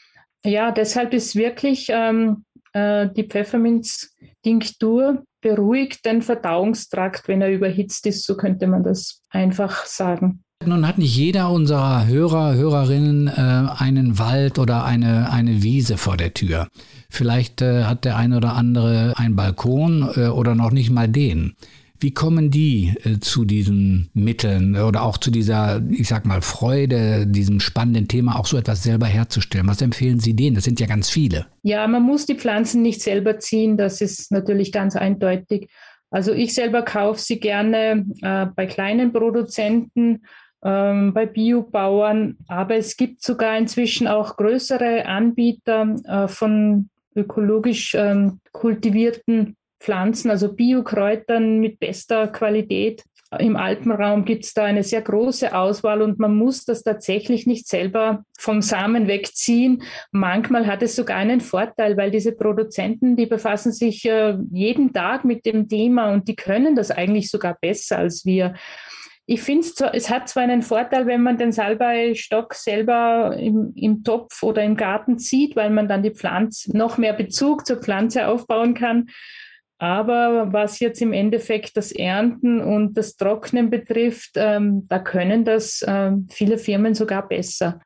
Ja, deshalb ist wirklich ähm, äh, die Pfefferminz-Tinktur beruhigt den Verdauungstrakt, wenn er überhitzt ist. So könnte man das einfach sagen.
Nun hat nicht jeder unserer Hörer, Hörerinnen äh, einen Wald oder eine, eine Wiese vor der Tür. Vielleicht äh, hat der eine oder andere einen Balkon äh, oder noch nicht mal den. Wie kommen die äh, zu diesen Mitteln oder auch zu dieser, ich sag mal, Freude, diesem spannenden Thema, auch so etwas selber herzustellen? Was empfehlen Sie denen? Das sind ja ganz viele.
Ja, man muss die Pflanzen nicht selber ziehen, das ist natürlich ganz eindeutig. Also ich selber kaufe sie gerne äh, bei kleinen Produzenten, ähm, bei Biobauern, aber es gibt sogar inzwischen auch größere Anbieter äh, von ökologisch ähm, kultivierten Pflanzen, also Biokräutern mit bester Qualität. Im Alpenraum gibt es da eine sehr große Auswahl und man muss das tatsächlich nicht selber vom Samen wegziehen. Manchmal hat es sogar einen Vorteil, weil diese Produzenten, die befassen sich äh, jeden Tag mit dem Thema und die können das eigentlich sogar besser als wir. Ich finde, es hat zwar einen Vorteil, wenn man den Salbeistock selber im, im Topf oder im Garten zieht, weil man dann die Pflanze, noch mehr Bezug zur Pflanze aufbauen kann. Aber was jetzt im Endeffekt das Ernten und das Trocknen betrifft, ähm, da können das ähm, viele Firmen sogar besser.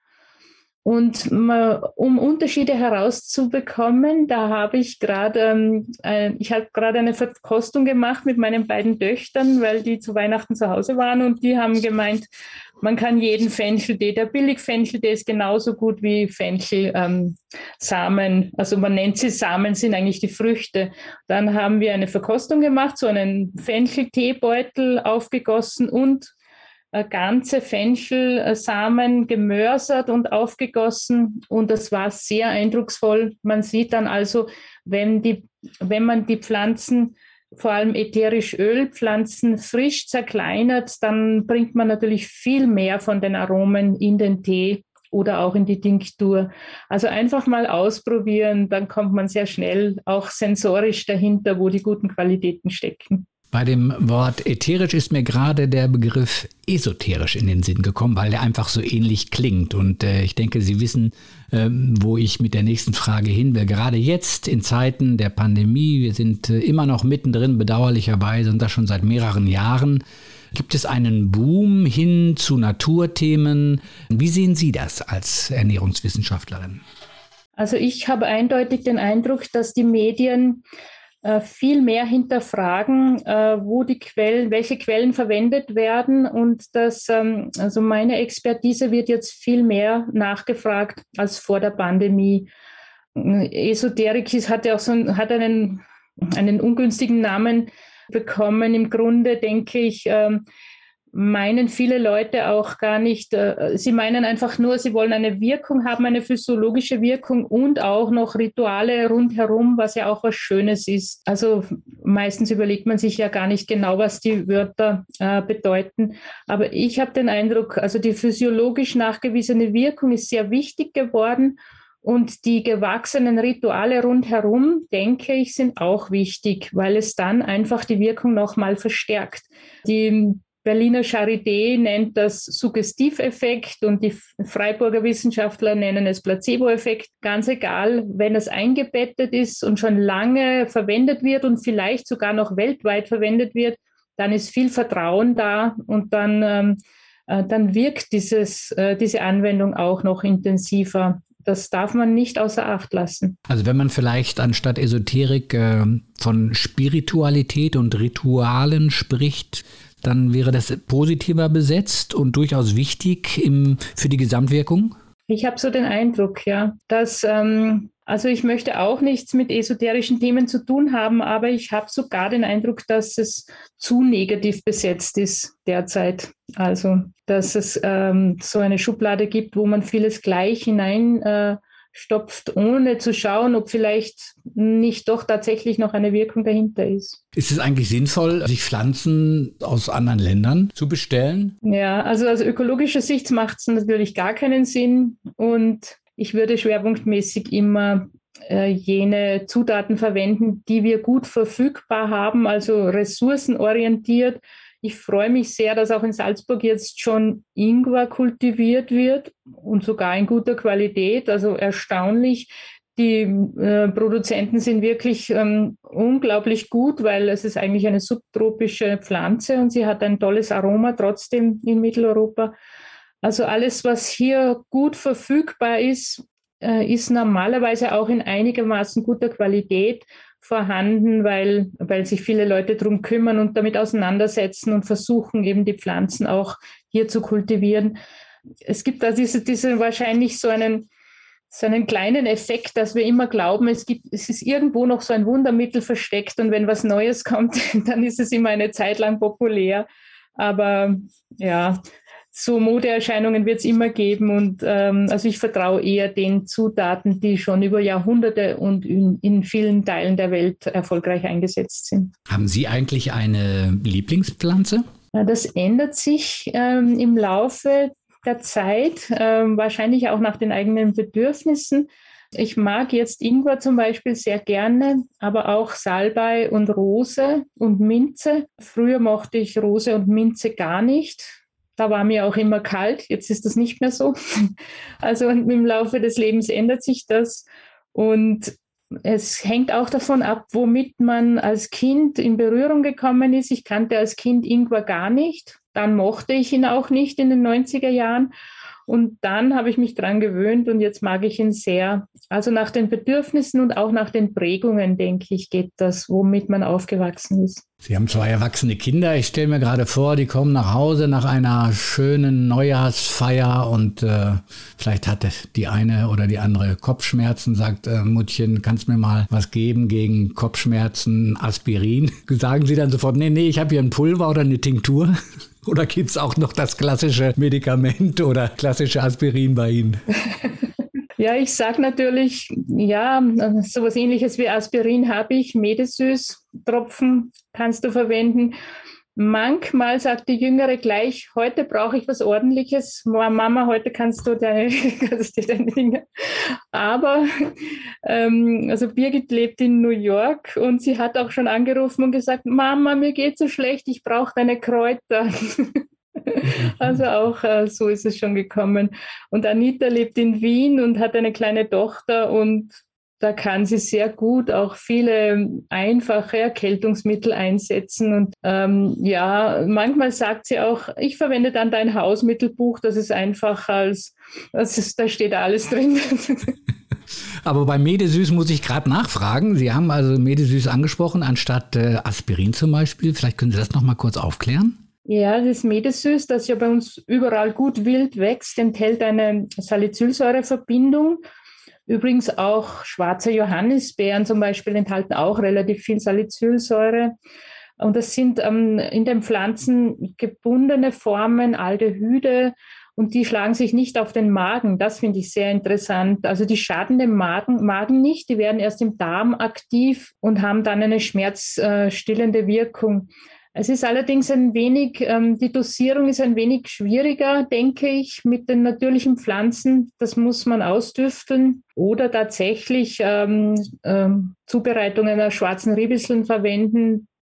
Und um Unterschiede herauszubekommen, da habe ich gerade, ähm, äh, ich habe gerade eine Verkostung gemacht mit meinen beiden Töchtern, weil die zu Weihnachten zu Hause waren und die haben gemeint, man kann jeden Fencheltee, der Billig-Fencheltee ist genauso gut wie Fenchelsamen, ähm, also man nennt sie Samen, sind eigentlich die Früchte. Dann haben wir eine Verkostung gemacht, so einen Fenchelteebeutel aufgegossen und ganze Fenchelsamen gemörsert und aufgegossen und das war sehr eindrucksvoll. Man sieht dann also, wenn, die, wenn man die Pflanzen, vor allem ätherisch Ölpflanzen, frisch zerkleinert, dann bringt man natürlich viel mehr von den Aromen in den Tee oder auch in die Tinktur. Also einfach mal ausprobieren, dann kommt man sehr schnell auch sensorisch dahinter, wo die guten Qualitäten stecken.
Bei dem Wort ätherisch ist mir gerade der Begriff esoterisch in den Sinn gekommen, weil der einfach so ähnlich klingt. Und äh, ich denke, Sie wissen, äh, wo ich mit der nächsten Frage hin will. Gerade jetzt in Zeiten der Pandemie, wir sind äh, immer noch mittendrin, bedauerlicherweise, und das schon seit mehreren Jahren, gibt es einen Boom hin zu Naturthemen. Wie sehen Sie das als Ernährungswissenschaftlerin?
Also ich habe eindeutig den Eindruck, dass die Medien viel mehr hinterfragen, wo die Quellen, welche Quellen verwendet werden und das, also meine Expertise wird jetzt viel mehr nachgefragt als vor der Pandemie. Esoterik hat ja auch so hat einen, einen ungünstigen Namen bekommen. Im Grunde denke ich, meinen viele Leute auch gar nicht, äh, sie meinen einfach nur, sie wollen eine Wirkung haben, eine physiologische Wirkung und auch noch Rituale rundherum, was ja auch was Schönes ist. Also meistens überlegt man sich ja gar nicht genau, was die Wörter äh, bedeuten. Aber ich habe den Eindruck, also die physiologisch nachgewiesene Wirkung ist sehr wichtig geworden. Und die gewachsenen Rituale rundherum, denke ich, sind auch wichtig, weil es dann einfach die Wirkung nochmal verstärkt. Die Berliner Charité nennt das Suggestiveffekt und die Freiburger Wissenschaftler nennen es Placebo-Effekt. Ganz egal, wenn es eingebettet ist und schon lange verwendet wird und vielleicht sogar noch weltweit verwendet wird, dann ist viel Vertrauen da und dann, ähm, äh, dann wirkt dieses, äh, diese Anwendung auch noch intensiver. Das darf man nicht außer Acht lassen.
Also wenn man vielleicht anstatt Esoterik äh, von Spiritualität und Ritualen spricht, dann wäre das positiver besetzt und durchaus wichtig im, für die Gesamtwirkung?
Ich habe so den Eindruck, ja, dass, ähm, also ich möchte auch nichts mit esoterischen Themen zu tun haben, aber ich habe sogar den Eindruck, dass es zu negativ besetzt ist derzeit. Also, dass es ähm, so eine Schublade gibt, wo man vieles gleich hinein äh, stopft, ohne zu schauen, ob vielleicht nicht doch tatsächlich noch eine Wirkung dahinter ist.
Ist es eigentlich sinnvoll, sich Pflanzen aus anderen Ländern zu bestellen?
Ja, also aus ökologischer Sicht macht es natürlich gar keinen Sinn und ich würde schwerpunktmäßig immer äh, jene Zutaten verwenden, die wir gut verfügbar haben, also ressourcenorientiert. Ich freue mich sehr, dass auch in Salzburg jetzt schon Ingwer kultiviert wird und sogar in guter Qualität, also erstaunlich. Die äh, Produzenten sind wirklich ähm, unglaublich gut, weil es ist eigentlich eine subtropische Pflanze und sie hat ein tolles Aroma trotzdem in Mitteleuropa. Also alles, was hier gut verfügbar ist, äh, ist normalerweise auch in einigermaßen guter Qualität vorhanden, weil, weil sich viele Leute darum kümmern und damit auseinandersetzen und versuchen, eben die Pflanzen auch hier zu kultivieren. Es gibt da diese, diese wahrscheinlich so einen, so einen kleinen Effekt, dass wir immer glauben, es gibt, es ist irgendwo noch so ein Wundermittel versteckt und wenn was Neues kommt, dann ist es immer eine Zeit lang populär. Aber ja, so Modeerscheinungen wird es immer geben und ähm, also ich vertraue eher den Zutaten, die schon über Jahrhunderte und in, in vielen Teilen der Welt erfolgreich eingesetzt sind.
Haben Sie eigentlich eine Lieblingspflanze?
Das ändert sich ähm, im Laufe der Zeit, ähm, wahrscheinlich auch nach den eigenen Bedürfnissen. Ich mag jetzt Ingwer zum Beispiel sehr gerne, aber auch Salbei und Rose und Minze. Früher mochte ich Rose und Minze gar nicht. Da war mir auch immer kalt, jetzt ist das nicht mehr so. Also im Laufe des Lebens ändert sich das und es hängt auch davon ab, womit man als Kind in Berührung gekommen ist. Ich kannte als Kind Ingwer gar nicht, dann mochte ich ihn auch nicht in den neunziger Jahren und dann habe ich mich dran gewöhnt und jetzt mag ich ihn sehr. Also nach den Bedürfnissen und auch nach den Prägungen, denke ich, geht das, womit man aufgewachsen ist.
Sie haben zwei erwachsene Kinder. Ich stelle mir gerade vor, die kommen nach Hause nach einer schönen Neujahrsfeier und äh, vielleicht hat die eine oder die andere Kopfschmerzen, sagt äh, Muttchen, kannst mir mal was geben gegen Kopfschmerzen, Aspirin? Sagen Sie dann sofort, nee, nee, ich habe hier ein Pulver oder eine Tinktur? Oder gibt es auch noch das klassische Medikament oder klassische Aspirin bei Ihnen?
Ja, ich sage natürlich, ja, sowas Ähnliches wie Aspirin habe ich, Medesüß-Tropfen kannst du verwenden. Manchmal sagt die Jüngere gleich, heute brauche ich was Ordentliches. Mama, heute kannst du deine, kannst du deine Dinge. Aber ähm, also Birgit lebt in New York und sie hat auch schon angerufen und gesagt, Mama, mir geht so schlecht, ich brauche deine Kräuter. Also auch äh, so ist es schon gekommen. Und Anita lebt in Wien und hat eine kleine Tochter und da kann sie sehr gut auch viele einfache Erkältungsmittel einsetzen. Und ähm, ja, manchmal sagt sie auch, ich verwende dann dein Hausmittelbuch, das ist einfacher als, das ist, da steht alles drin.
Aber bei Medesüß muss ich gerade nachfragen. Sie haben also Medesüß angesprochen, anstatt äh, Aspirin zum Beispiel. Vielleicht können Sie das noch mal kurz aufklären?
Ja, das Medesüß, das ja bei uns überall gut wild wächst, enthält eine Salicylsäureverbindung. Übrigens auch schwarze Johannisbeeren zum Beispiel enthalten auch relativ viel Salicylsäure. Und das sind ähm, in den Pflanzen gebundene Formen, Aldehyde, und die schlagen sich nicht auf den Magen. Das finde ich sehr interessant. Also die schaden dem Magen, Magen nicht, die werden erst im Darm aktiv und haben dann eine schmerzstillende Wirkung. Es ist allerdings ein wenig, ähm, die Dosierung ist ein wenig schwieriger, denke ich, mit den natürlichen Pflanzen. Das muss man ausdüfteln oder tatsächlich ähm, ähm, Zubereitungen aus schwarzen Ribisseln verwenden.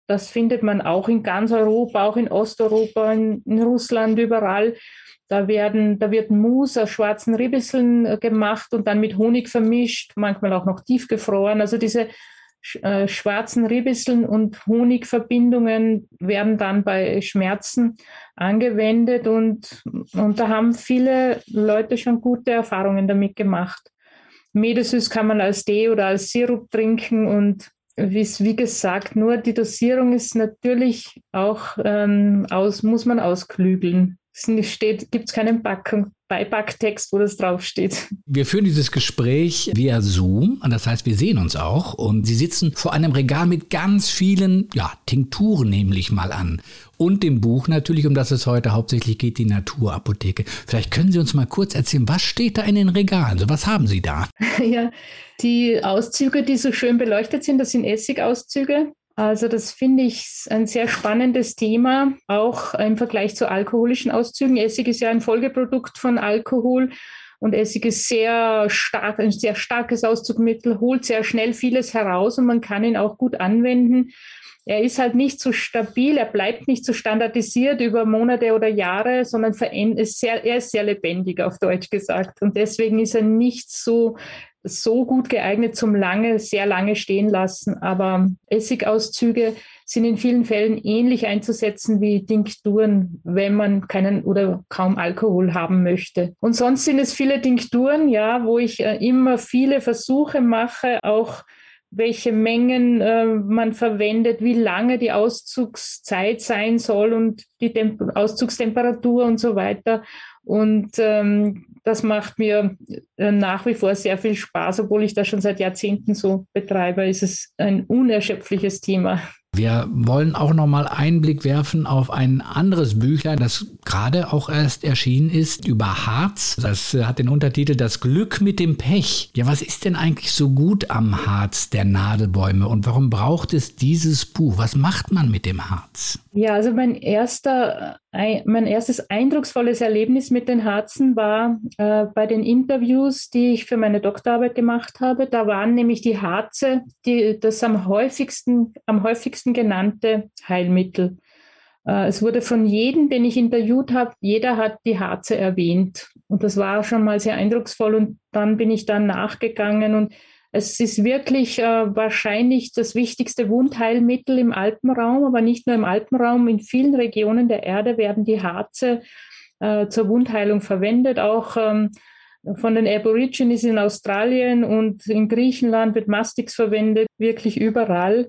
Das findet man auch in ganz Europa, auch in Osteuropa, in, in Russland, überall. Da werden, da wird Mus aus schwarzen Ribisseln gemacht und dann mit Honig vermischt, manchmal auch noch tiefgefroren. Also diese äh, schwarzen Ribisseln und Honigverbindungen werden dann bei Schmerzen angewendet und, und da haben viele Leute schon gute Erfahrungen damit gemacht. Medesüß kann man als Tee oder als Sirup trinken und wie, wie gesagt, nur die Dosierung ist natürlich auch, ähm, aus, muss man ausklügeln. Es gibt es keinen Back- Beipacktext, wo das draufsteht.
Wir führen dieses Gespräch via Zoom, das heißt, wir sehen uns auch und Sie sitzen vor einem Regal mit ganz vielen, ja, Tinkturen nehme ich mal an. Und dem Buch natürlich, um das es heute hauptsächlich geht, die Naturapotheke. Vielleicht können Sie uns mal kurz erzählen, was steht da in den Regalen? Also was haben Sie da?
Ja, die Auszüge, die so schön beleuchtet sind, das sind Essigauszüge. Also das finde ich ein sehr spannendes Thema, auch im Vergleich zu alkoholischen Auszügen. Essig ist ja ein Folgeprodukt von Alkohol und Essig ist sehr stark, ein sehr starkes Auszugmittel, holt sehr schnell vieles heraus und man kann ihn auch gut anwenden. Er ist halt nicht so stabil, er bleibt nicht so standardisiert über Monate oder Jahre, sondern ist sehr, er ist sehr lebendig, auf Deutsch gesagt. Und deswegen ist er nicht so so gut geeignet zum lange, sehr lange stehen lassen. Aber Essigauszüge sind in vielen Fällen ähnlich einzusetzen wie Tinkturen, wenn man keinen oder kaum Alkohol haben möchte. Und sonst sind es viele Tinkturen, ja, wo ich äh, immer viele Versuche mache, auch welche Mengen äh, man verwendet, wie lange die Auszugszeit sein soll und die Temp- Auszugstemperatur und so weiter. Und ähm, das macht mir äh, nach wie vor sehr viel Spaß, obwohl ich das schon seit Jahrzehnten so betreibe. Es ist ein unerschöpfliches Thema.
Wir wollen auch noch mal Einblick werfen auf ein anderes Büchlein, das gerade auch erst erschienen ist, über Harz. Das hat den Untertitel Das Glück mit dem Pech. Ja, was ist denn eigentlich so gut am Harz der Nadelbäume und warum braucht es dieses Buch? Was macht man mit dem Harz?
Ja, also mein erster, mein erstes eindrucksvolles Erlebnis mit den Harzen war äh, bei den Interviews, die ich für meine Doktorarbeit gemacht habe. Da waren nämlich die Harze die, das am häufigsten, am häufigsten genannte Heilmittel. Äh, es wurde von jedem, den ich interviewt habe, jeder hat die Harze erwähnt. Und das war schon mal sehr eindrucksvoll. Und dann bin ich dann nachgegangen und es ist wirklich äh, wahrscheinlich das wichtigste Wundheilmittel im Alpenraum, aber nicht nur im Alpenraum. In vielen Regionen der Erde werden die Harze äh, zur Wundheilung verwendet. Auch ähm, von den Aborigines in Australien und in Griechenland wird Mastix verwendet, wirklich überall.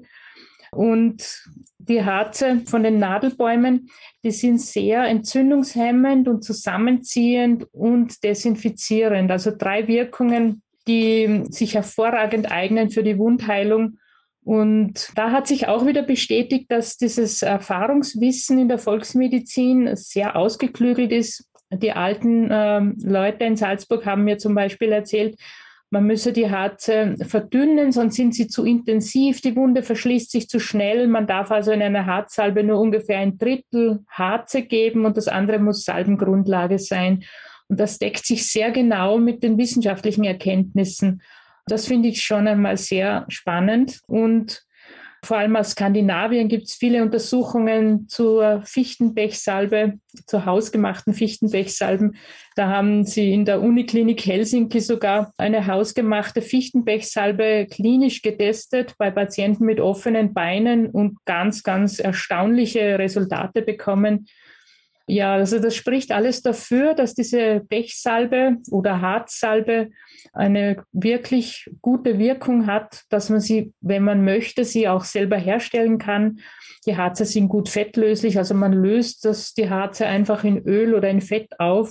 Und die Harze von den Nadelbäumen, die sind sehr entzündungshemmend und zusammenziehend und desinfizierend. Also drei Wirkungen, die sich hervorragend eignen für die Wundheilung. Und da hat sich auch wieder bestätigt, dass dieses Erfahrungswissen in der Volksmedizin sehr ausgeklügelt ist. Die alten äh, Leute in Salzburg haben mir zum Beispiel erzählt, man müsse die Harze verdünnen, sonst sind sie zu intensiv, die Wunde verschließt sich zu schnell. Man darf also in einer Harzsalbe nur ungefähr ein Drittel Harze geben und das andere muss Salbengrundlage sein. Und das deckt sich sehr genau mit den wissenschaftlichen Erkenntnissen. Das finde ich schon einmal sehr spannend. Und vor allem aus Skandinavien gibt es viele Untersuchungen zur Fichtenpechsalbe, zu hausgemachten Fichtenpechsalben. Da haben sie in der Uniklinik Helsinki sogar eine hausgemachte Fichtenpechsalbe klinisch getestet bei Patienten mit offenen Beinen und ganz, ganz erstaunliche Resultate bekommen. Ja, also das spricht alles dafür, dass diese Pechsalbe oder Harzsalbe eine wirklich gute Wirkung hat, dass man sie, wenn man möchte, sie auch selber herstellen kann. Die Harze sind gut fettlöslich, also man löst das, die Harze einfach in Öl oder in Fett auf.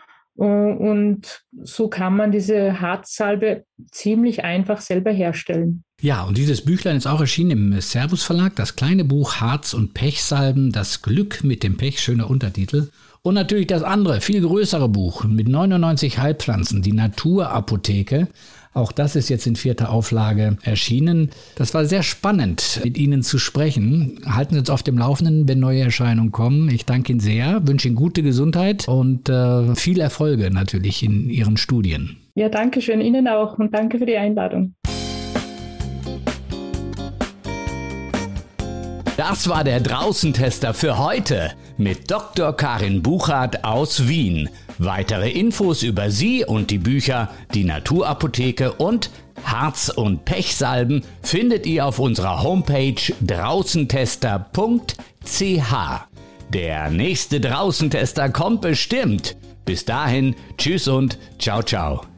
Und so kann man diese Harzsalbe ziemlich einfach selber herstellen.
Ja, und dieses Büchlein ist auch erschienen im Servus Verlag, das kleine Buch Harz- und Pechsalben, das Glück mit dem Pech, schöner Untertitel. Und natürlich das andere, viel größere Buch mit neunundneunzig Heilpflanzen, die Naturapotheke. Auch das ist jetzt in vierter Auflage erschienen. Das war sehr spannend, mit Ihnen zu sprechen. Halten Sie uns auf dem Laufenden, wenn neue Erscheinungen kommen. Ich danke Ihnen sehr, wünsche Ihnen gute Gesundheit und äh, viel Erfolge natürlich in Ihren Studien.
Ja, danke schön. Ihnen auch und danke für die Einladung.
Das war der Draußentester für heute mit Doktor Karin Buchert aus Wien. Weitere Infos über sie und die Bücher Die Naturapotheke und Harz- und Pechsalben findet ihr auf unserer Homepage draußentester punkt c h. Der nächste Draußentester kommt bestimmt. Bis dahin, tschüss und ciao ciao.